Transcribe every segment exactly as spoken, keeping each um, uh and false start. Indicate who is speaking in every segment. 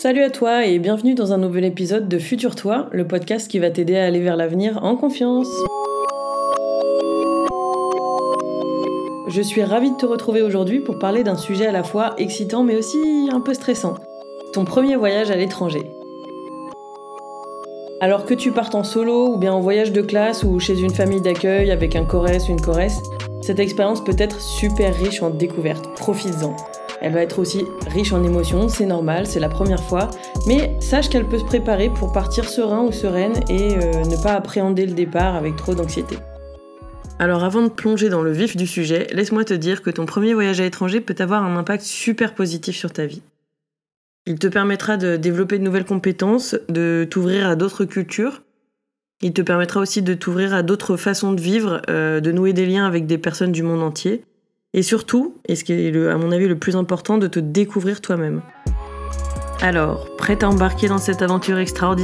Speaker 1: Salut à toi et bienvenue dans un nouvel épisode de Futur Toi, le podcast qui va t'aider à aller vers l'avenir en confiance. Je suis ravie de te retrouver aujourd'hui pour parler d'un sujet à la fois excitant mais aussi un peu stressant. Ton premier voyage à l'étranger. Alors que tu partes en solo ou bien en voyage de classe ou chez une famille d'accueil avec un corès ou une coresse, cette expérience peut être super riche en découvertes, profites-en. Elle va être aussi riche en émotions, c'est normal, c'est la première fois, mais sache qu'elle peut se préparer pour partir serein ou sereine et euh, ne pas appréhender le départ avec trop d'anxiété. Alors avant de plonger dans le vif du sujet, laisse-moi te dire que ton premier voyage à l'étranger peut avoir un impact super positif sur ta vie. Il te permettra de développer de nouvelles compétences, de t'ouvrir à d'autres cultures. Il te permettra aussi de t'ouvrir à d'autres façons de vivre, euh, de nouer des liens avec des personnes du monde entier. Et surtout, et ce qui est le, à mon avis le plus important, de te découvrir toi-même. Alors, prête à embarquer dans cette aventure extraordinaire ?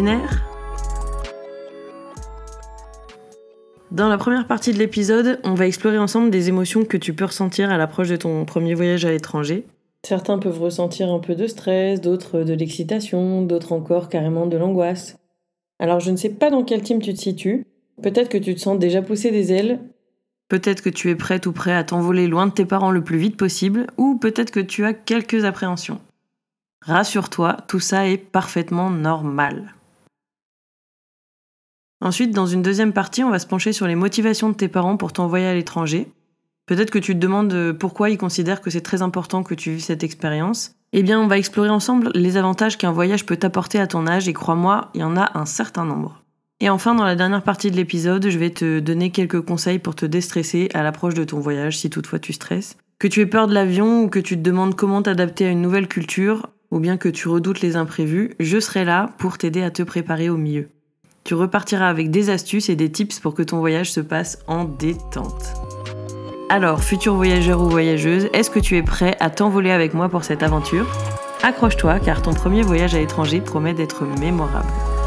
Speaker 1: Dans la première partie de l'épisode, on va explorer ensemble des émotions que tu peux ressentir à l'approche de ton premier voyage à l'étranger. Certains peuvent ressentir un peu de stress, d'autres de l'excitation, d'autres encore carrément de l'angoisse. Alors je ne sais pas dans quel team tu te situes, peut-être que tu te sens déjà pousser des ailes, peut-être que tu es prête ou prêt à t'envoler loin de tes parents le plus vite possible, ou peut-être que tu as quelques appréhensions. Rassure-toi, tout ça est parfaitement normal. Ensuite, dans une deuxième partie, on va se pencher sur les motivations de tes parents pour t'envoyer à l'étranger. Peut-être que tu te demandes pourquoi ils considèrent que c'est très important que tu vives cette expérience. Eh bien, on va explorer ensemble les avantages qu'un voyage peut t'apporter à ton âge, et crois-moi, il y en a un certain nombre. Et enfin, dans la dernière partie de l'épisode, je vais te donner quelques conseils pour te déstresser à l'approche de ton voyage, si toutefois tu stresses. Que tu aies peur de l'avion ou que tu te demandes comment t'adapter à une nouvelle culture, ou bien que tu redoutes les imprévus, je serai là pour t'aider à te préparer au mieux. Tu repartiras avec des astuces et des tips pour que ton voyage se passe en détente. Alors, futur voyageur ou voyageuse, est-ce que tu es prêt à t'envoler avec moi pour cette aventure ? Accroche-toi, car ton premier voyage à l'étranger promet d'être mémorable.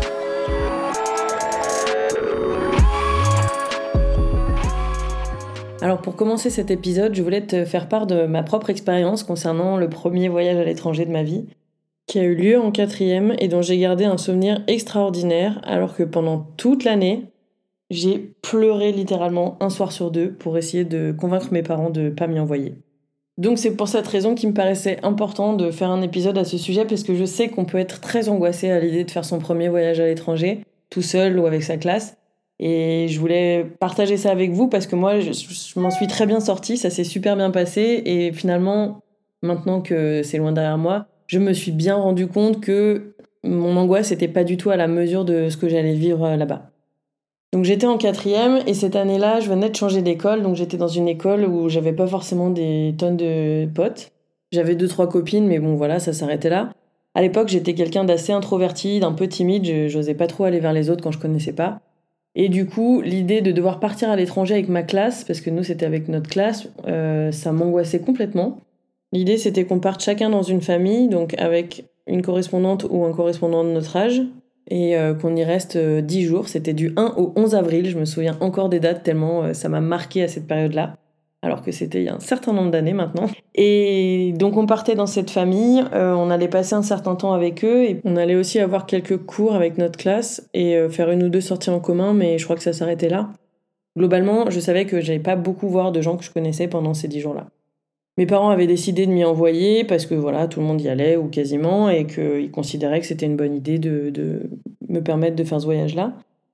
Speaker 1: Alors pour commencer cet épisode, je voulais te faire part de ma propre expérience concernant le premier voyage à l'étranger de ma vie, qui a eu lieu en quatrième et dont j'ai gardé un souvenir extraordinaire, alors que pendant toute l'année, j'ai pleuré littéralement un soir sur deux pour essayer de convaincre mes parents de ne pas m'y envoyer. Donc c'est pour cette raison qu'il me paraissait important de faire un épisode à ce sujet, parce que je sais qu'on peut être très angoissé à l'idée de faire son premier voyage à l'étranger, tout seul ou avec sa classe. Et je voulais partager ça avec vous parce que moi, je, je m'en suis très bien sortie, ça s'est super bien passé. Et finalement, maintenant que c'est loin derrière moi, je me suis bien rendu compte que mon angoisse n'était pas du tout à la mesure de ce que j'allais vivre là-bas. Donc j'étais en quatrième et cette année-là, je venais de changer d'école. Donc j'étais dans une école où j'avais pas forcément des tonnes de potes. J'avais deux, trois copines, mais bon voilà, ça s'arrêtait là. À l'époque, j'étais quelqu'un d'assez introverti, d'un peu timide. Je, j'osais pas trop aller vers les autres quand je connaissais pas. Et du coup, l'idée de devoir partir à l'étranger avec ma classe, parce que nous c'était avec notre classe, euh, ça m'angoissait complètement. L'idée c'était qu'on parte chacun dans une famille, donc avec une correspondante ou un correspondant de notre âge, et euh, qu'on y reste euh, dix jours. C'était du un au onze avril, je me souviens encore des dates tellement euh, ça m'a marqué à cette période-là, alors que c'était il y a un certain nombre d'années maintenant. Et donc on partait dans cette famille, euh, on allait passer un certain temps avec eux, et on allait aussi avoir quelques cours avec notre classe, et euh, faire une ou deux sorties en commun, mais je crois que ça s'arrêtait là. Globalement, je savais que j'allais pas beaucoup voir de gens que je connaissais pendant ces dix jours-là. Mes parents avaient décidé de m'y envoyer parce que voilà, tout le monde y allait, ou quasiment, et qu'ils considéraient que c'était une bonne idée de, de me permettre de faire ce voyage-là.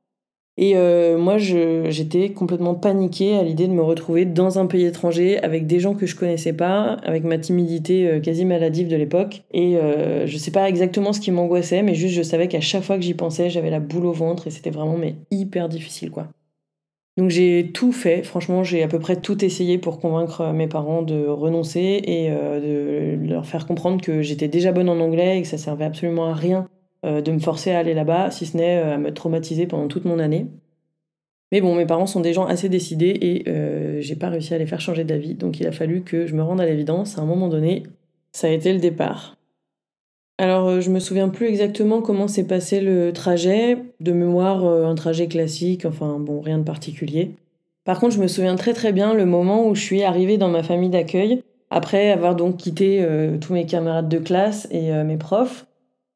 Speaker 1: Et euh, moi, je, j'étais complètement paniquée à l'idée de me retrouver dans un pays étranger avec des gens que je connaissais pas, avec ma timidité euh, quasi maladive de l'époque. Et euh, je sais pas exactement ce qui m'angoissait, mais juste je savais qu'à chaque fois que j'y pensais, j'avais la boule au ventre et c'était vraiment mais hyper difficile, quoi. Donc j'ai tout fait, franchement, j'ai à peu près tout essayé pour convaincre mes parents de renoncer et euh, de leur faire comprendre que j'étais déjà bonne en anglais et que ça servait absolument à rien euh, de me forcer à aller là-bas, si ce n'est euh, à me traumatiser pendant toute mon année. Mais bon, mes parents sont des gens assez décidés et euh, j'ai pas réussi à les faire changer d'avis, donc il a fallu que je me rende à l'évidence. À un moment donné, ça a été le départ. Alors, euh, je me souviens plus exactement comment s'est passé le trajet. De mémoire, euh, un trajet classique, enfin bon, rien de particulier. Par contre, je me souviens très très bien le moment où je suis arrivée dans ma famille d'accueil, après avoir donc quitté euh, tous mes camarades de classe et euh, mes profs.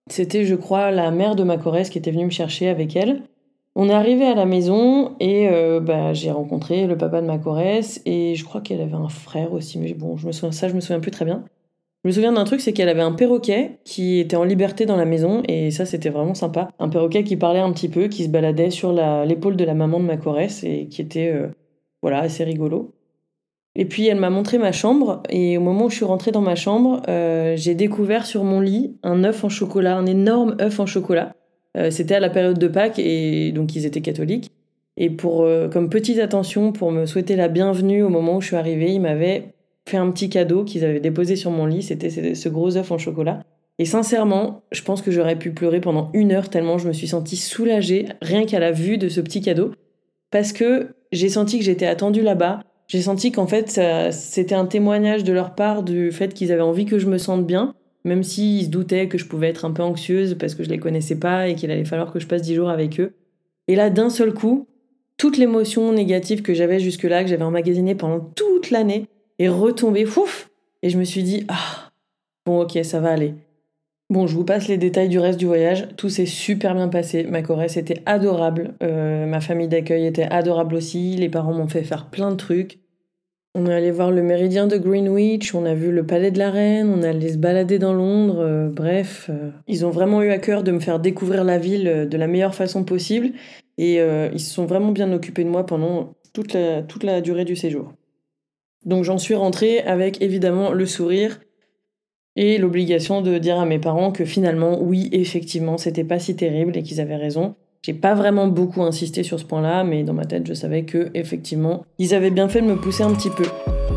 Speaker 1: C'était, je crois, la mère de ma choresse qui était venue me chercher avec elle. On est arrivé à la maison et euh, bah, j'ai rencontré le papa de ma choresse et je crois qu'elle avait un frère aussi, mais bon, je me souviens, ça je me souviens plus très bien. Je me souviens d'un truc, c'est qu'elle avait un perroquet qui était en liberté dans la maison et ça c'était vraiment sympa. Un perroquet qui parlait un petit peu, qui se baladait sur la- l'épaule de la maman de ma choresse et qui était euh, voilà, assez rigolo. Et puis elle m'a montré ma chambre et au moment où je suis rentrée dans ma chambre, euh, j'ai découvert sur mon lit un œuf en chocolat, un énorme œuf en chocolat. Euh, c'était à la période de Pâques et donc ils étaient catholiques. Et pour euh, comme petite attention pour me souhaiter la bienvenue au moment où je suis arrivée, ils m'avaient fait un petit cadeau qu'ils avaient déposé sur mon lit. C'était ce ce gros œuf en chocolat. Et sincèrement, je pense que j'aurais pu pleurer pendant une heure tellement je me suis sentie soulagée rien qu'à la vue de ce petit cadeau parce que j'ai senti que j'étais attendue là-bas. J'ai senti qu'en fait, ça- c'était un témoignage de leur part du fait qu'ils avaient envie que je me sente bien, même s'ils se doutaient que je pouvais être un peu anxieuse parce que je les connaissais pas et qu'il allait falloir que je passe dix jours avec eux. Et là, d'un seul coup, toute l'émotion négative que j'avais jusque-là, que j'avais emmagasinée pendant toute l'année, est retombée, ouf. Et je me suis dit, ah, bon, ok, ça va aller. Bon, je vous passe les détails du reste du voyage. Tout s'est super bien passé. Ma choresse était adorable. Euh, ma famille d'accueil était adorable aussi. Les parents m'ont fait faire plein de trucs. On est allé voir le méridien de Greenwich, on a vu le palais de la Reine, on est allé se balader dans Londres. Euh, bref, euh, ils ont vraiment eu à cœur de me faire découvrir la ville euh, de la meilleure façon possible. Et euh, ils se sont vraiment bien occupés de moi pendant toute la, toute la durée du séjour. Donc j'en suis rentrée avec évidemment le sourire et l'obligation de dire à mes parents que finalement, oui, effectivement, c'était pas si terrible et qu'ils avaient raison. J'ai pas vraiment beaucoup insisté sur ce point-là, mais dans ma tête, je savais que, effectivement, ils avaient bien fait de me pousser un petit peu.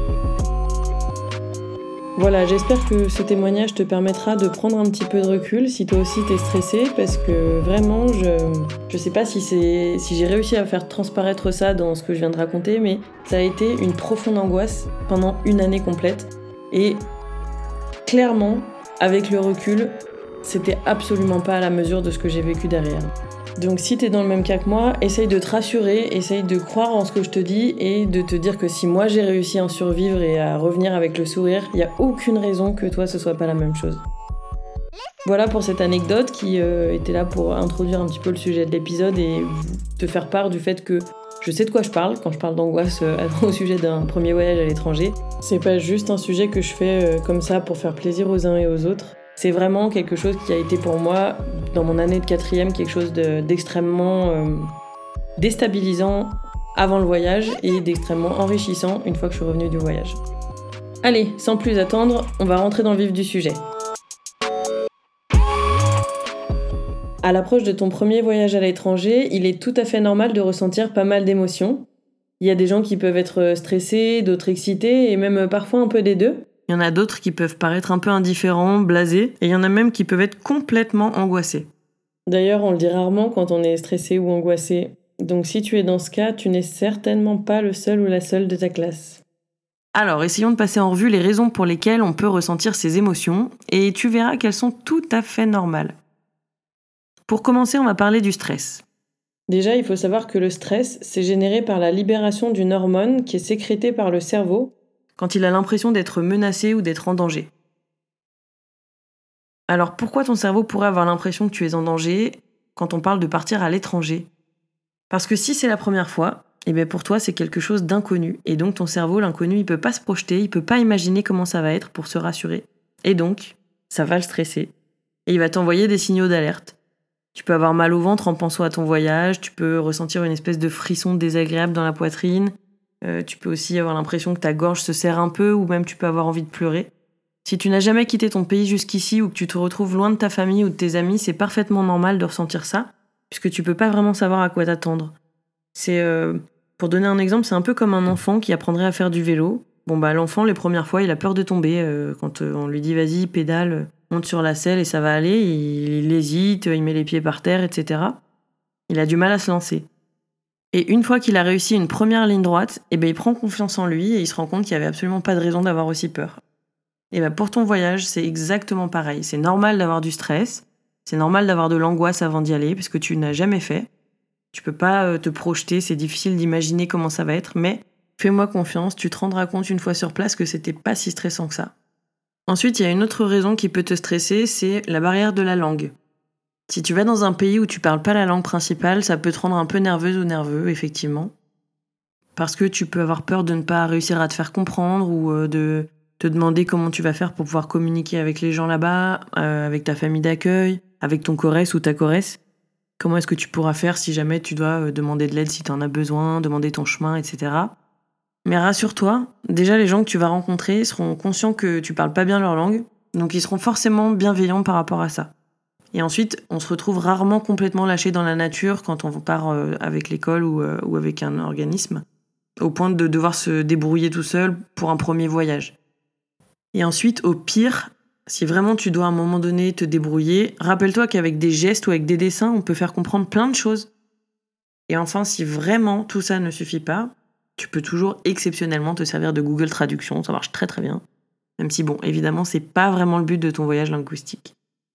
Speaker 1: Voilà, j'espère que ce témoignage te permettra de prendre un petit peu de recul si toi aussi t'es stressé, parce que vraiment, je, je sais pas si c'est, si j'ai réussi à faire transparaître ça dans ce que je viens de raconter, mais ça a été une profonde angoisse pendant une année complète. Et clairement, avec le recul, c'était absolument pas à la mesure de ce que j'ai vécu derrière. Donc si t'es dans le même cas que moi, essaye de te rassurer, essaye de croire en ce que je te dis et de te dire que si moi j'ai réussi à en survivre et à revenir avec le sourire, il n'y a aucune raison que toi ce soit pas la même chose. Voilà pour cette anecdote qui euh, était là pour introduire un petit peu le sujet de l'épisode et te faire part du fait que je sais de quoi je parle quand je parle d'angoisse euh, au sujet d'un premier voyage à l'étranger. C'est pas juste un sujet que je fais euh, comme ça pour faire plaisir aux uns et aux autres. C'est vraiment quelque chose qui a été pour moi, dans mon année de quatrième, quelque chose de, d'extrêmement euh, déstabilisant avant le voyage et d'extrêmement enrichissant une fois que je suis revenue du voyage. Allez, sans plus attendre, on va rentrer dans le vif du sujet. À l'approche de ton premier voyage à l'étranger, il est tout à fait normal de ressentir pas mal d'émotions. Il y a des gens qui peuvent être stressés, d'autres excités et même parfois un peu des deux. Il y en a d'autres qui peuvent paraître un peu indifférents, blasés, et il y en a même qui peuvent être complètement angoissés. D'ailleurs, on le dit rarement quand on est stressé ou angoissé. Donc si tu es dans ce cas, tu n'es certainement pas le seul ou la seule de ta classe. Alors, essayons de passer en revue les raisons pour lesquelles on peut ressentir ces émotions, et tu verras qu'elles sont tout à fait normales. Pour commencer, on va parler du stress. Déjà, il faut savoir que le stress, c'est généré par la libération d'une hormone qui est sécrétée par le cerveau quand il a l'impression d'être menacé ou d'être en danger. Alors pourquoi ton cerveau pourrait avoir l'impression que tu es en danger quand on parle de partir à l'étranger ? Parce que si c'est la première fois, eh bien pour toi c'est quelque chose d'inconnu, et donc ton cerveau, l'inconnu, il peut pas se projeter, il peut pas imaginer comment ça va être pour se rassurer. Et donc, ça va le stresser, et il va t'envoyer des signaux d'alerte. Tu peux avoir mal au ventre en pensant à ton voyage, tu peux ressentir une espèce de frisson désagréable dans la poitrine, euh, tu peux aussi avoir l'impression que ta gorge se serre un peu, ou même tu peux avoir envie de pleurer. Si tu n'as jamais quitté ton pays jusqu'ici ou que tu te retrouves loin de ta famille ou de tes amis, c'est parfaitement normal de ressentir ça, puisque tu peux pas vraiment savoir à quoi t'attendre. C'est, euh, pour donner un exemple, c'est un peu comme un enfant qui apprendrait à faire du vélo. Bon bah l'enfant, les premières fois, il a peur de tomber. Euh, quand euh, on lui dit vas-y, pédale, monte sur la selle et ça va aller, il, il hésite, il met les pieds par terre, et cetera. Il a du mal à se lancer. Et une fois qu'il a réussi une première ligne droite, eh ben il prend confiance en lui et il se rend compte qu'il n'y avait absolument pas de raison d'avoir aussi peur. Et ben pour ton voyage, c'est exactement pareil. C'est normal d'avoir du stress, c'est normal d'avoir de l'angoisse avant d'y aller, parce que tu n'as jamais fait. Tu peux pas te projeter, c'est difficile d'imaginer comment ça va être, mais fais-moi confiance, tu te rendras compte une fois sur place que c'était pas si stressant que ça. Ensuite, il y a une autre raison qui peut te stresser, c'est la barrière de la langue. Si tu vas dans un pays où tu parles pas la langue principale, ça peut te rendre un peu nerveuse ou nerveux, effectivement. Parce que tu peux avoir peur de ne pas réussir à te faire comprendre ou euh, de te demander comment tu vas faire pour pouvoir communiquer avec les gens là-bas, euh, avec ta famille d'accueil, avec ton corès ou ta coresse. Comment est-ce que tu pourras faire si jamais tu dois euh, demander de l'aide si tu en as besoin, demander ton chemin, et cetera. Mais rassure-toi, déjà les gens que tu vas rencontrer seront conscients que tu parles pas bien leur langue, donc ils seront forcément bienveillants par rapport à ça. Et ensuite, on se retrouve rarement complètement lâché dans la nature quand on part euh, avec l'école ou, euh, ou avec un organisme, au point de devoir se débrouiller tout seul pour un premier voyage. Et ensuite, au pire, si vraiment tu dois à un moment donné te débrouiller, rappelle-toi qu'avec des gestes ou avec des dessins, on peut faire comprendre plein de choses. Et enfin, si vraiment tout ça ne suffit pas, tu peux toujours exceptionnellement te servir de Google Traduction, ça marche très très bien. Même si, bon, évidemment, c'est pas vraiment le but de ton voyage linguistique.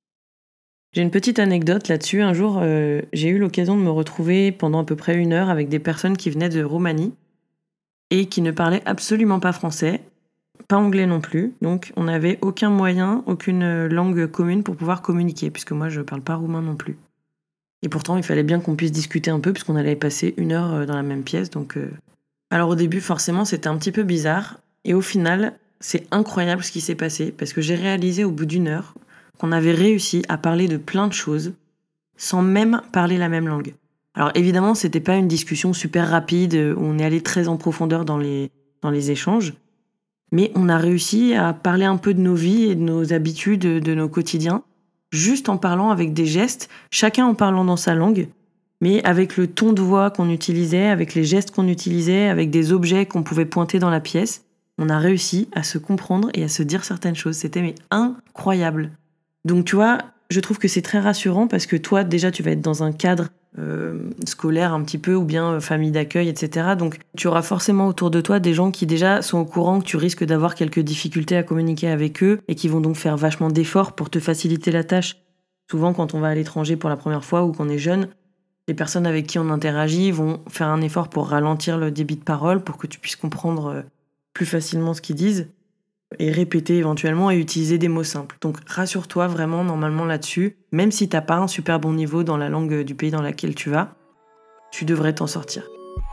Speaker 1: J'ai une petite anecdote là-dessus. Un jour, euh, j'ai eu l'occasion de me retrouver pendant à peu près une heure avec des personnes qui venaient de Roumanie et qui ne parlaient absolument pas français, pas anglais non plus. Donc, on n'avait aucun moyen, aucune langue commune pour pouvoir communiquer, puisque moi, je parle pas roumain non plus. Et pourtant, il fallait bien qu'on puisse discuter un peu, puisqu'on allait passer une heure dans la même pièce. Donc, euh... Alors au début, forcément, c'était un petit peu bizarre. Et au final, c'est incroyable ce qui s'est passé, parce que j'ai réalisé au bout d'une heure qu'on avait réussi à parler de plein de choses sans même parler la même langue. Alors évidemment, c'était pas une discussion super rapide où on est allé très en profondeur dans les, dans les échanges, mais on a réussi à parler un peu de nos vies et de nos habitudes, de nos quotidiens, juste en parlant avec des gestes, chacun en parlant dans sa langue, mais avec le ton de voix qu'on utilisait, avec les gestes qu'on utilisait, avec des objets qu'on pouvait pointer dans la pièce, on a réussi à se comprendre et à se dire certaines choses. C'était mais incroyable. Donc tu vois, je trouve que c'est très rassurant parce que toi, déjà, tu vas être dans un cadre euh, scolaire un petit peu ou bien euh, famille d'accueil, et cetera. Donc tu auras forcément autour de toi des gens qui déjà sont au courant que tu risques d'avoir quelques difficultés à communiquer avec eux et qui vont donc faire vachement d'efforts pour te faciliter la tâche. Souvent, quand on va à l'étranger pour la première fois ou qu'on est jeune, les personnes avec qui on interagit vont faire un effort pour ralentir le débit de parole pour que tu puisses comprendre plus facilement ce qu'ils disent et répéter éventuellement et utiliser des mots simples. Donc rassure-toi vraiment normalement là-dessus, même si t'as pas un super bon niveau dans la langue du pays dans lequel tu vas, tu devrais t'en sortir.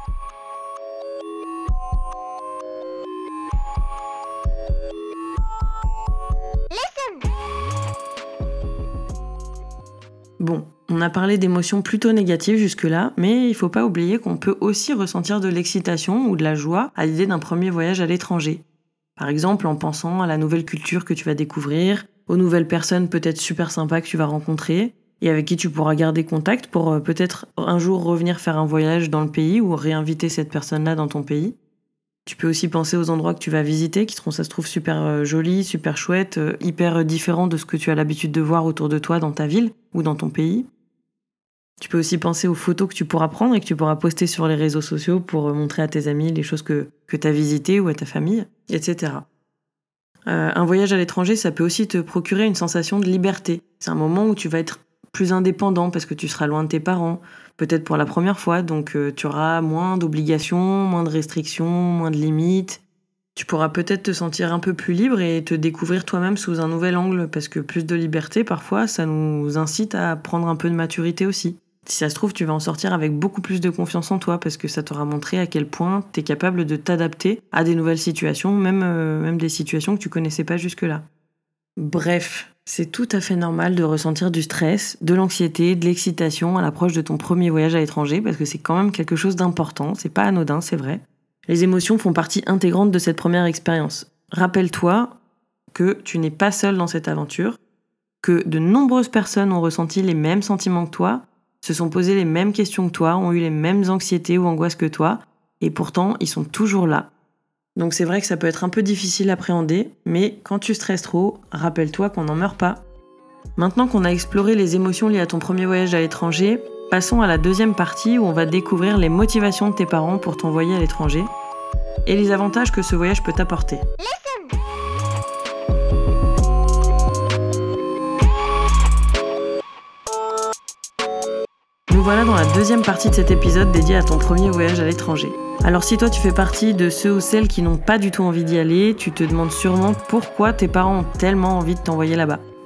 Speaker 1: Bon, on a parlé d'émotions plutôt négatives jusque-là, mais il faut pas oublier qu'on peut aussi ressentir de l'excitation ou de la joie à l'idée d'un premier voyage à l'étranger. Par exemple, en pensant à la nouvelle culture que tu vas découvrir, aux nouvelles personnes peut-être super sympas que tu vas rencontrer, et avec qui tu pourras garder contact pour euh, peut-être un jour revenir faire un voyage dans le pays ou réinviter cette personne-là dans ton pays. Tu peux aussi penser aux endroits que tu vas visiter, qui seront, ça se trouve, super euh, jolis, super chouettes, euh, hyper euh, différents de ce que tu as l'habitude de voir autour de toi dans ta ville ou dans ton pays. Tu peux aussi penser aux photos que tu pourras prendre et que tu pourras poster sur les réseaux sociaux pour euh, montrer à tes amis les choses que, que tu as visitées ou à ta famille, et cetera. Euh, un voyage à l'étranger, ça peut aussi te procurer une sensation de liberté. C'est un moment où tu vas être plus indépendant parce que tu seras loin de tes parents, peut-être pour la première fois, donc euh, tu auras moins d'obligations, moins de restrictions, moins de limites. Tu pourras peut-être te sentir un peu plus libre et te découvrir toi-même sous un nouvel angle, parce que plus de liberté, parfois, ça nous incite à prendre un peu de maturité aussi. Si ça se trouve, tu vas en sortir avec beaucoup plus de confiance en toi, parce que ça t'aura montré à quel point tu es capable de t'adapter à des nouvelles situations, même, euh, même des situations que tu connaissais pas jusque-là. Bref, c'est tout à fait normal de ressentir du stress, de l'anxiété, de l'excitation à l'approche de ton premier voyage à l'étranger, parce que c'est quand même quelque chose d'important, c'est pas anodin, c'est vrai. Les émotions font partie intégrante de cette première expérience. Rappelle-toi que tu n'es pas seul dans cette aventure, que de nombreuses personnes ont ressenti les mêmes sentiments que toi, se sont posées les mêmes questions que toi, ont eu les mêmes anxiétés ou angoisses que toi, et pourtant, ils sont toujours là. Donc c'est vrai que ça peut être un peu difficile à appréhender, mais quand tu stresses trop, rappelle-toi qu'on n'en meurt pas. Maintenant qu'on a exploré les émotions liées à ton premier voyage à l'étranger, passons à la deuxième partie où on va découvrir les motivations de tes parents pour t'envoyer à l'étranger et les avantages que ce voyage peut t'apporter. Nous voilà dans la deuxième partie de cet épisode dédié à ton premier voyage à l'étranger. Alors si toi tu fais partie de ceux ou celles qui n'ont pas du tout envie d'y aller, tu te demandes sûrement pourquoi tes parents ont tellement envie de t'envoyer là-bas.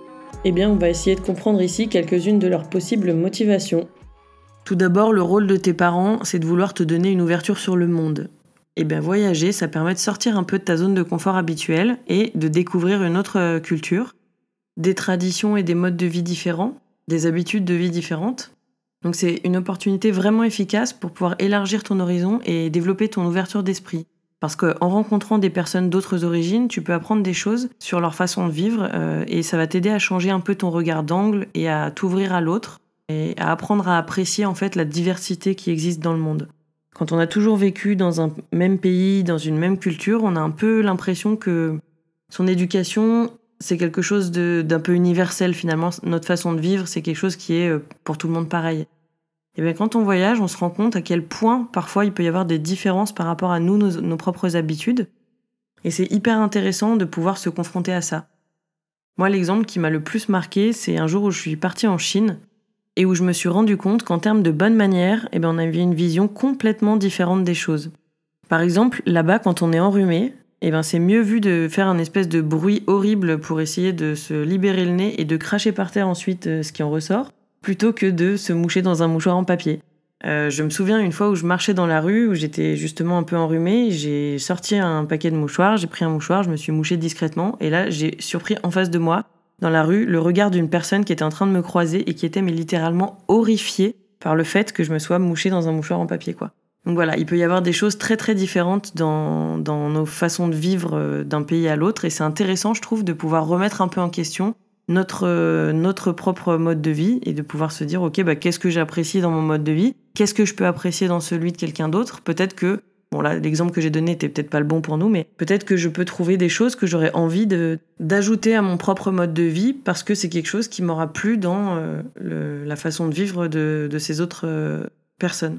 Speaker 1: Eh bien, on va essayer de comprendre ici quelques-unes de leurs possibles motivations. Tout d'abord, le rôle de tes parents, c'est de vouloir te donner une ouverture sur le monde. Eh bien, voyager, ça permet de sortir un peu de ta zone de confort habituelle et de découvrir une autre culture, des traditions et des modes de vie différents, des habitudes de vie différentes. Donc c'est une opportunité vraiment efficace pour pouvoir élargir ton horizon et développer ton ouverture d'esprit. Parce qu'en rencontrant des personnes d'autres origines, tu peux apprendre des choses sur leur façon de vivre euh, et ça va t'aider à changer un peu ton regard d'angle et à t'ouvrir à l'autre et à apprendre à apprécier en fait la diversité qui existe dans le monde. Quand on a toujours vécu dans un même pays, dans une même culture, on a un peu l'impression que son éducation, c'est quelque chose de, d'un peu universel finalement. Notre façon de vivre, c'est quelque chose qui est euh, pour tout le monde pareil. Et bien, quand on voyage, on se rend compte à quel point, parfois, il peut y avoir des différences par rapport à nous, nos, nos propres habitudes. Et c'est hyper intéressant de pouvoir se confronter à ça. Moi, l'exemple qui m'a le plus marqué, c'est un jour où je suis partie en Chine et où je me suis rendu compte qu'en termes de bonne manière, eh bien, on avait une vision complètement différente des choses. Par exemple, là-bas, quand on est enrhumé, eh bien, c'est mieux vu de faire un espèce de bruit horrible pour essayer de se libérer le nez et de cracher par terre ensuite euh, ce qui en ressort, plutôt que de se moucher dans un mouchoir en papier. Euh, je me souviens une fois où je marchais dans la rue, où j'étais justement un peu enrhumée, j'ai sorti un paquet de mouchoirs, j'ai pris un mouchoir, je me suis mouchée discrètement, et là j'ai surpris en face de moi, dans la rue, le regard d'une personne qui était en train de me croiser et qui était mais littéralement horrifiée par le fait que je me sois mouchée dans un mouchoir en papier, quoi. Donc voilà, il peut y avoir des choses très très différentes dans, dans nos façons de vivre d'un pays à l'autre, et c'est intéressant, je trouve, de pouvoir remettre un peu en question notre, euh, notre propre mode de vie et de pouvoir se dire, ok, bah, qu'est-ce que j'apprécie dans mon mode de vie? Qu'est-ce que je peux apprécier dans celui de quelqu'un d'autre? Peut-être que, bon là, l'exemple que j'ai donné était peut-être pas le bon pour nous, mais peut-être que je peux trouver des choses que j'aurais envie de, d'ajouter à mon propre mode de vie parce que c'est quelque chose qui m'aura plu dans euh, le, la façon de vivre de, de ces autres euh, personnes.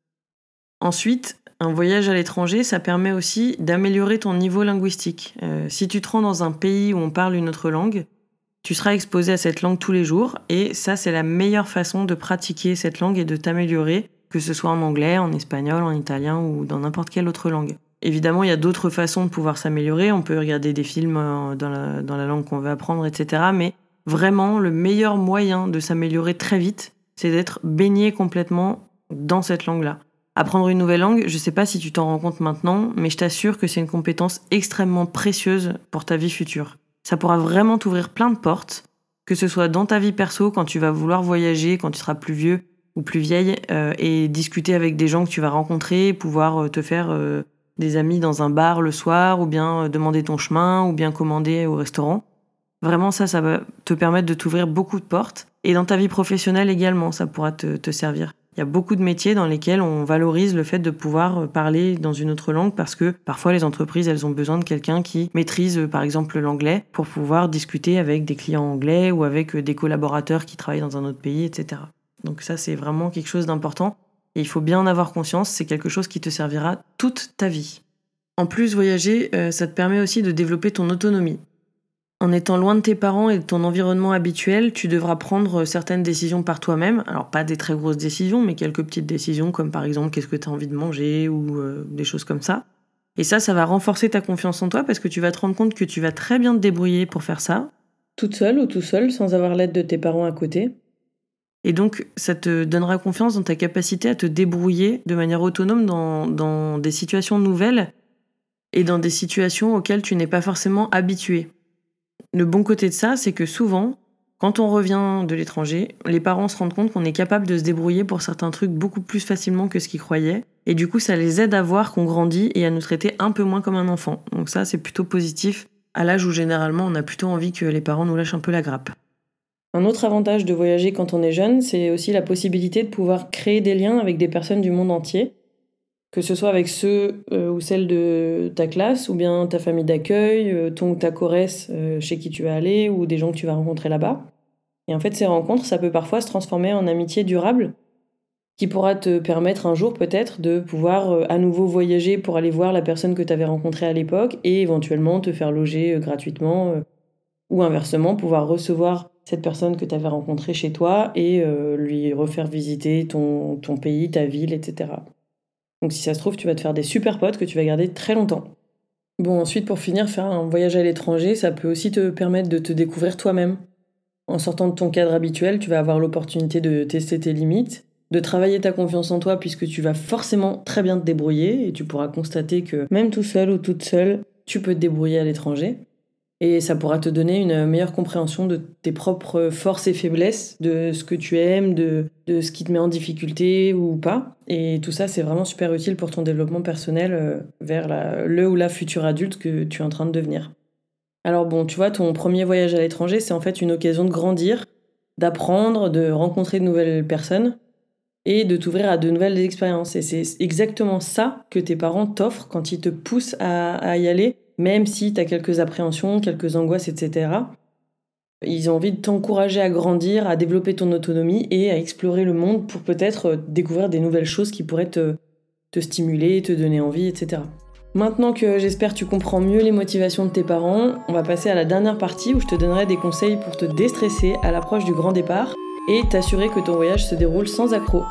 Speaker 1: Ensuite, un voyage à l'étranger, ça permet aussi d'améliorer ton niveau linguistique. Euh, si tu te rends dans un pays où on parle une autre langue, tu seras exposé à cette langue tous les jours et ça, c'est la meilleure façon de pratiquer cette langue et de t'améliorer, que ce soit en anglais, en espagnol, en italien ou dans n'importe quelle autre langue. Évidemment, il y a d'autres façons de pouvoir s'améliorer. On peut regarder des films dans la, dans la langue qu'on veut apprendre, et cetera. Mais vraiment, le meilleur moyen de s'améliorer très vite, c'est d'être baigné complètement dans cette langue-là. Apprendre une nouvelle langue, je ne sais pas si tu t'en rends compte maintenant, mais je t'assure que c'est une compétence extrêmement précieuse pour ta vie future. Ça pourra vraiment t'ouvrir plein de portes, que ce soit dans ta vie perso, quand tu vas vouloir voyager, quand tu seras plus vieux ou plus vieille, euh, et discuter avec des gens que tu vas rencontrer, pouvoir euh, te faire euh, des amis dans un bar le soir, ou bien euh, demander ton chemin, ou bien commander au restaurant. Vraiment, ça, ça va te permettre de t'ouvrir beaucoup de portes. Et dans ta vie professionnelle également, ça pourra te, te servir. Il y a beaucoup de métiers dans lesquels on valorise le fait de pouvoir parler dans une autre langue parce que parfois les entreprises, elles ont besoin de quelqu'un qui maîtrise par exemple l'anglais pour pouvoir discuter avec des clients anglais ou avec des collaborateurs qui travaillent dans un autre pays, et cetera. Donc ça, c'est vraiment quelque chose d'important et il faut bien en avoir conscience, c'est quelque chose qui te servira toute ta vie. En plus, voyager, euh, ça te permet aussi de développer ton autonomie. En étant loin de tes parents et de ton environnement habituel, tu devras prendre certaines décisions par toi-même. Alors pas des très grosses décisions, mais quelques petites décisions comme par exemple qu'est-ce que tu as envie de manger ou euh, des choses comme ça. Et ça, ça va renforcer ta confiance en toi parce que tu vas te rendre compte que tu vas très bien te débrouiller pour faire ça. Toute seule ou tout seul, sans avoir l'aide de tes parents à côté. Et donc, ça te donnera confiance dans ta capacité à te débrouiller de manière autonome dans, dans des situations nouvelles et dans des situations auxquelles tu n'es pas forcément habitué. Le bon côté de ça, c'est que souvent, quand on revient de l'étranger, les parents se rendent compte qu'on est capable de se débrouiller pour certains trucs beaucoup plus facilement que ce qu'ils croyaient. Et du coup, ça les aide à voir qu'on grandit et à nous traiter un peu moins comme un enfant. Donc ça, c'est plutôt positif, à l'âge où généralement on a plutôt envie que les parents nous lâchent un peu la grappe. Un autre avantage de voyager quand on est jeune, c'est aussi la possibilité de pouvoir créer des liens avec des personnes du monde entier. Que ce soit avec ceux euh, ou celles de ta classe, ou bien ta famille d'accueil, euh, ton ou ta choresse euh, chez qui tu vas aller, ou des gens que tu vas rencontrer là-bas. Et en fait, ces rencontres, ça peut parfois se transformer en amitié durable, qui pourra te permettre un jour peut-être de pouvoir euh, à nouveau voyager pour aller voir la personne que tu avais rencontrée à l'époque, et éventuellement te faire loger euh, gratuitement, euh, ou inversement, pouvoir recevoir cette personne que tu avais rencontrée chez toi, et euh, lui refaire visiter ton, ton pays, ta ville, et cetera. Donc si ça se trouve, tu vas te faire des super potes que tu vas garder très longtemps. Bon, ensuite, pour finir, faire un voyage à l'étranger, ça peut aussi te permettre de te découvrir toi-même. En sortant de ton cadre habituel, tu vas avoir l'opportunité de tester tes limites, de travailler ta confiance en toi puisque tu vas forcément très bien te débrouiller et tu pourras constater que même tout seul ou toute seule, tu peux te débrouiller à l'étranger. Et ça pourra te donner une meilleure compréhension de tes propres forces et faiblesses, de ce que tu aimes, de, de ce qui te met en difficulté ou pas. Et tout ça, c'est vraiment super utile pour ton développement personnel euh, vers la- le ou la future adulte que tu es en train de devenir. Alors bon, tu vois, ton premier voyage à l'étranger, c'est en fait une occasion de grandir, d'apprendre, de rencontrer de nouvelles personnes et de t'ouvrir à de nouvelles expériences. Et c'est exactement ça que tes parents t'offrent quand ils te poussent à, à y aller, même si tu as quelques appréhensions, quelques angoisses, et cetera. Ils ont envie de t'encourager à grandir, à développer ton autonomie et à explorer le monde pour peut-être euh, découvrir des nouvelles choses qui pourraient te, te stimuler, te donner envie, et cetera. Maintenant que j'espère tu comprends mieux les motivations de tes parents, on va passer à la dernière partie où je te donnerai des conseils pour te déstresser à l'approche du grand départ et t'assurer que ton voyage se déroule sans accroc.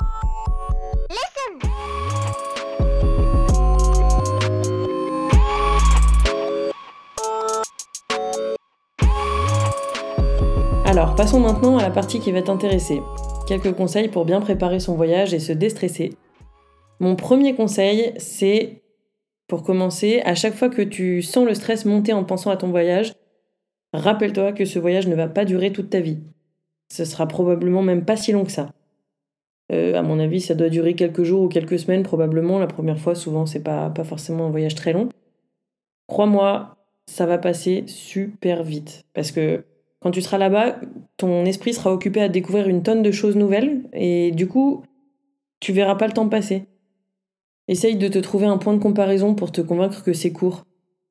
Speaker 1: Alors, passons maintenant à la partie qui va t'intéresser. Quelques conseils pour bien préparer son voyage et se déstresser. Mon premier conseil, c'est, pour commencer, à chaque fois que tu sens le stress monter en pensant à ton voyage, rappelle-toi que ce voyage ne va pas durer toute ta vie. Ce sera probablement même pas si long que ça. Euh, à mon avis, ça doit durer quelques jours ou quelques semaines probablement. La première fois, souvent, c'est pas, pas forcément un voyage très long. Crois-moi, ça va passer super vite. Parce que quand tu seras là-bas, ton esprit sera occupé à découvrir une tonne de choses nouvelles et du coup, tu verras pas le temps passer. Essaye de te trouver un point de comparaison pour te convaincre que c'est court.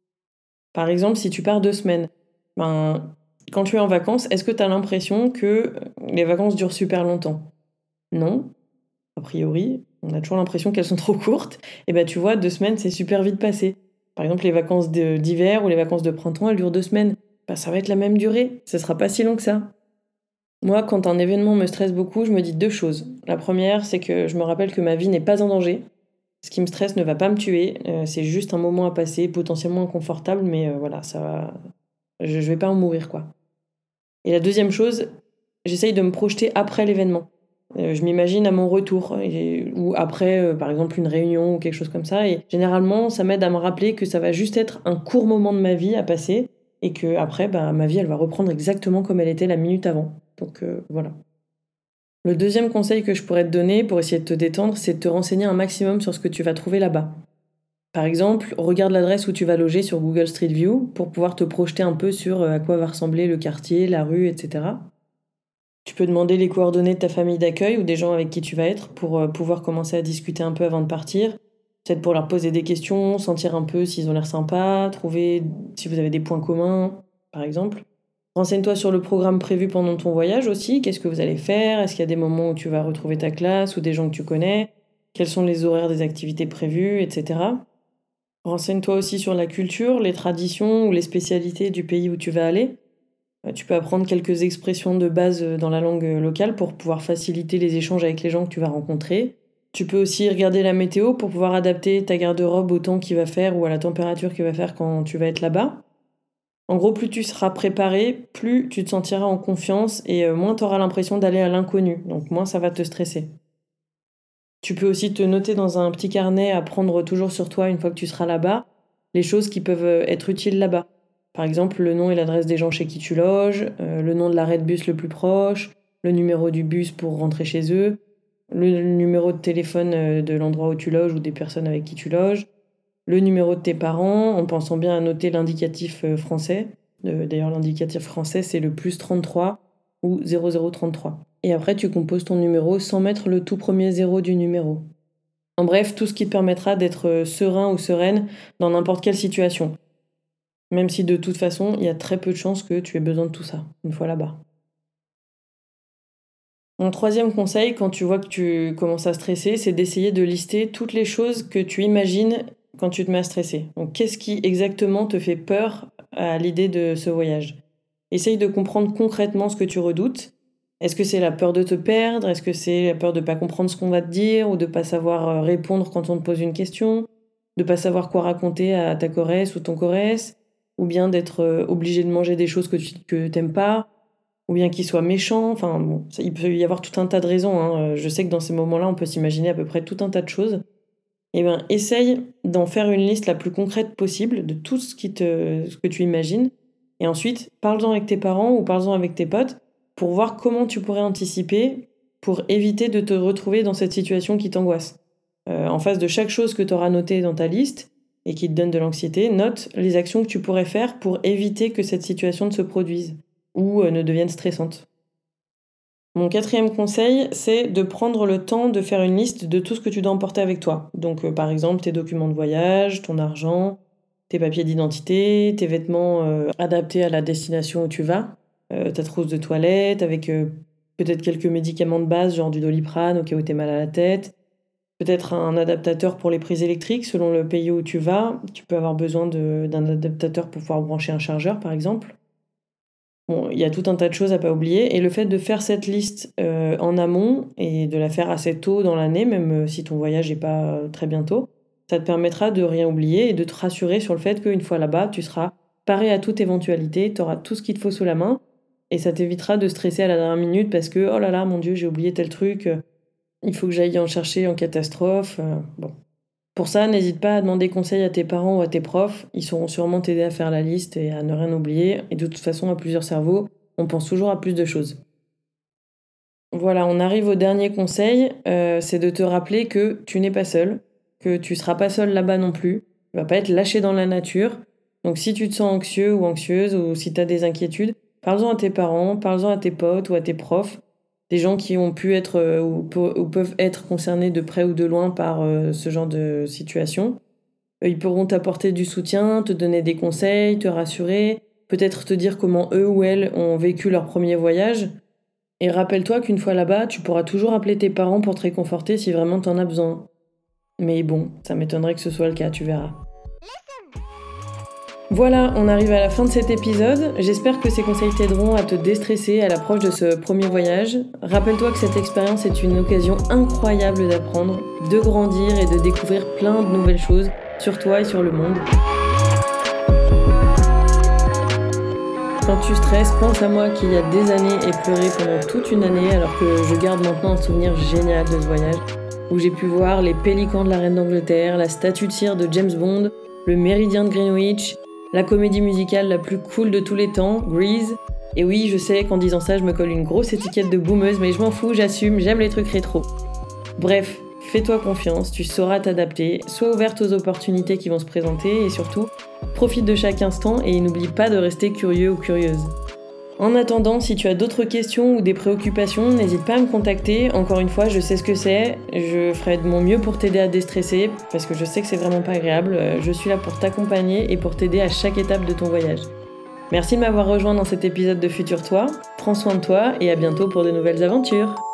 Speaker 1: Par exemple, si tu pars deux semaines, ben, quand tu es en vacances, est-ce que tu as l'impression que les vacances durent super longtemps? Non, a priori, on a toujours l'impression qu'elles sont trop courtes. Et ben tu vois, deux semaines, c'est super vite passé. Par exemple, les vacances de- d'hiver ou les vacances de printemps, elles durent deux semaines. Ben, ça va être la même durée, ça sera pas si long que ça. Moi, quand un événement me stresse beaucoup, je me dis deux choses. La première, c'est que je me rappelle que ma vie n'est pas en danger. Ce qui me stresse ne va pas me tuer, euh, c'est juste un moment à passer, potentiellement inconfortable, mais euh, voilà, ça va. Je, je vais pas en mourir, quoi. Et la deuxième chose, j'essaye de me projeter après l'événement. Euh, je m'imagine à mon retour, et- ou après, euh, par exemple, une réunion ou quelque chose comme ça. Et généralement, ça m'aide à me rappeler que ça va juste être un court moment de ma vie à passer, et que après, bah, ma vie, elle va reprendre exactement comme elle était la minute avant. Donc euh, voilà. Le deuxième conseil que je pourrais te donner pour essayer de te détendre, c'est de te renseigner un maximum sur ce que tu vas trouver là-bas. Par exemple, regarde l'adresse où tu vas loger sur Google Street View pour pouvoir te projeter un peu sur euh, à quoi va ressembler le quartier, la rue, et cetera. Tu peux demander les coordonnées de ta famille d'accueil ou des gens avec qui tu vas être pour euh, pouvoir commencer à discuter un peu avant de partir. Peut-être pour leur poser des questions, sentir un peu s'ils ont l'air sympas, trouver si vous avez des points communs, par exemple. Renseigne-toi sur le programme prévu pendant ton voyage aussi. Qu'est-ce que vous allez faire? Est-ce qu'il y a des moments où tu vas retrouver ta classe ou des gens que tu connais? Quels sont les horaires des activités prévues, et cetera. Renseigne-toi aussi sur la culture, les traditions ou les spécialités du pays où tu vas aller. Euh, Tu peux apprendre quelques expressions de base euh, dans la langue euh, locale pour pouvoir faciliter les échanges avec les gens que tu vas rencontrer. Tu peux aussi regarder la météo pour pouvoir adapter ta garde-robe au temps qu'il va faire ou à la température qu'il va faire quand tu vas être là-bas. En gros, plus tu seras préparé, plus tu te sentiras en confiance et euh, moins tu auras l'impression d'aller à l'inconnu. Donc moins ça va te stresser. Tu peux aussi te noter dans un petit carnet à prendre toujours sur toi une fois que tu seras là-bas, les choses qui peuvent euh, être utiles là-bas. Par exemple, le nom et l'adresse des gens chez qui tu loges, euh, le nom de l'arrêt de bus le plus proche, le numéro du bus pour rentrer chez eux, le numéro de téléphone euh, de l'endroit où tu loges ou des personnes avec qui tu loges, le numéro de tes parents, en pensant bien à noter l'indicatif euh, français. Euh, D'ailleurs, l'indicatif français, c'est le plus trente-trois ou zéro zéro trente-trois. Et après, tu composes ton numéro sans mettre le tout premier zéro du numéro. En bref, tout ce qui te permettra d'être euh, serein ou sereine dans n'importe quelle situation. Même si de toute façon, il y a très peu de chances que tu aies besoin de tout ça, une fois là-bas. Mon troisième conseil, quand tu vois que tu commences à stresser, c'est d'essayer de lister toutes les choses que tu imagines quand tu te mets à stresser. Donc, qu'est-ce qui exactement te fait peur à l'idée de ce voyage? Essaye de comprendre concrètement ce que tu redoutes. Est-ce que c'est la peur de te perdre? Est-ce que c'est la peur de ne pas comprendre ce qu'on va te dire ou de ne pas savoir euh, répondre quand on te pose une question? De ne pas savoir quoi raconter à ta choresse ou ton choresse? Ou bien d'être euh, obligé de manger des choses que tu que t'aimes pas? ou bien qu'il soit méchant. Enfin, bon, ça, il peut y avoir tout un tas de raisons, hein. Je sais que dans ces moments-là, on peut s'imaginer à peu près tout un tas de choses. Eh ben, essaye d'en faire une liste la plus concrète possible de tout ce, qui te, ce que tu imagines. Et ensuite, parle-en avec tes parents ou parle-en avec tes potes pour voir comment tu pourrais anticiper pour éviter de te retrouver dans cette situation qui t'angoisse. Euh, en face de chaque chose que tu auras notée dans ta liste et qui te donne de l'anxiété, note les actions que tu pourrais faire pour éviter que cette situation ne se produise ou euh, ne devienne stressante. Mon quatrième conseil, c'est de prendre le temps de faire une liste de tout ce que tu dois emporter avec toi. Donc, euh, par exemple, tes documents de voyage, ton argent, tes papiers d'identité, tes vêtements euh, adaptés à la destination où tu vas, euh, ta trousse de toilette avec euh, peut-être quelques médicaments de base, genre du Doliprane au cas où t'es mal à la tête, peut-être un adaptateur pour les prises électriques selon le pays où tu vas. Tu peux avoir besoin de- d'un adaptateur pour pouvoir brancher un chargeur, par exemple. Bon, il y a tout un tas de choses à pas oublier et le fait de faire cette liste, heu, en amont et de la faire assez tôt dans l'année, même, heu, si ton voyage est pas, heu, très bientôt, ça te permettra de rien oublier et de te rassurer sur le fait qu'une fois là-bas, tu seras paré à toute éventualité, tu auras tout ce qu'il te faut sous la main et ça t'évitera de stresser à la dernière minute parce que: «Oh là là, mon Dieu, j'ai oublié tel truc, heu, il faut que j'aille en chercher en catastrophe», heu, bon. Pour ça, n'hésite pas à demander conseil à tes parents ou à tes profs. Ils sauront sûrement t'aider à faire la liste et à ne rien oublier. Et de toute façon, à plusieurs cerveaux, on pense toujours à plus de choses. Voilà, on arrive au dernier conseil, heu, c'est de te rappeler que tu n'es pas seul, que tu seras pas seul là-bas non plus. Tu vas pas être lâché dans la nature. Donc si tu te sens anxieux ou anxieuse ou si tu as des inquiétudes, parle-en à tes parents, parle-en à tes potes ou à tes profs, des gens qui ont pu être, heu, ou peu ou peuvent être concernés de près ou de loin par, heu, ce genre de situation. Heu, ils pourront t'apporter du soutien, te donner des conseils, te rassurer, peut-être te dire comment eux ou elles ont vécu leur premier voyage. Et rappelle-toi qu'une fois là-bas, tu pourras toujours appeler tes parents pour te réconforter si vraiment tu en as besoin. Mais bon, ça m'étonnerait que ce soit le cas, tu verras. Voilà, on arrive à la fin de cet épisode. J'espère que ces conseils t'aideront à te déstresser à l'approche de ce premier voyage. Rappelle-toi que cette expérience est une occasion incroyable d'apprendre, de grandir et de découvrir plein de nouvelles choses sur toi et sur le monde. Quand tu stresses, pense à moi qui il y a des années ai pleuré pendant toute une année alors que je garde maintenant un souvenir génial de ce voyage où j'ai pu voir les pélicans de la reine d'Angleterre, la statue de cire de James Bond, le méridien de Greenwich, la comédie musicale la plus cool de tous les temps, Grease. Et oui, je sais qu'en disant ça, je me colle une grosse étiquette de boomeuse, mais je m'en fous, j'assume, j'aime les trucs rétro. Bref, fais-toi confiance, tu sauras t'adapter, sois ouverte aux opportunités qui vont se présenter et surtout, profite de chaque instant et n'oublie pas de rester curieux ou curieuse. En attendant, si tu as d'autres questions ou des préoccupations, n'hésite pas à me contacter. Encore une fois, je sais ce que c'est, je ferai de mon mieux pour t'aider à déstresser, parce que je sais que c'est vraiment pas agréable. Je suis là pour t'accompagner et pour t'aider à chaque étape de ton voyage. Merci de m'avoir rejoint dans cet épisode de Futur Toi, prends soin de toi et à bientôt pour de nouvelles aventures.